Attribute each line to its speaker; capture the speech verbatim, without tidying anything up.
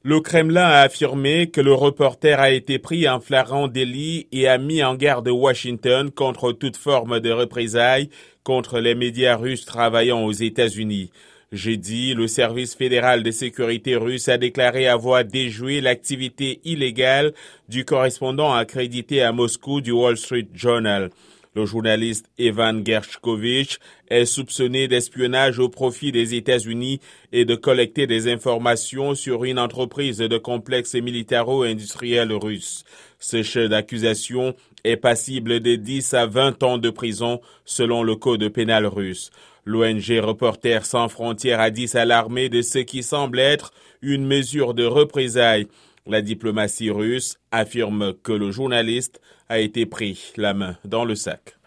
Speaker 1: Le Kremlin a affirmé que le reporter a été pris en flagrant délit et a mis en garde Washington contre toute forme de représailles contre les médias russes travaillant aux États-Unis. Jeudi, le service fédéral de sécurité russe a déclaré avoir déjoué l'activité illégale du correspondant accrédité à Moscou du Wall Street Journal. Le journaliste Evan Gershkovich est soupçonné d'espionnage au profit des États-Unis et de collecter des informations sur une entreprise de complexe militaro-industriel russe. Ce chef d'accusation est passible de dix à vingt ans de prison selon le code pénal russe. L'O N G Reporters sans frontières a dit s'alarmer de ce qui semble être une mesure de représailles. La diplomatie russe affirme que le journaliste a été pris la main dans le sac.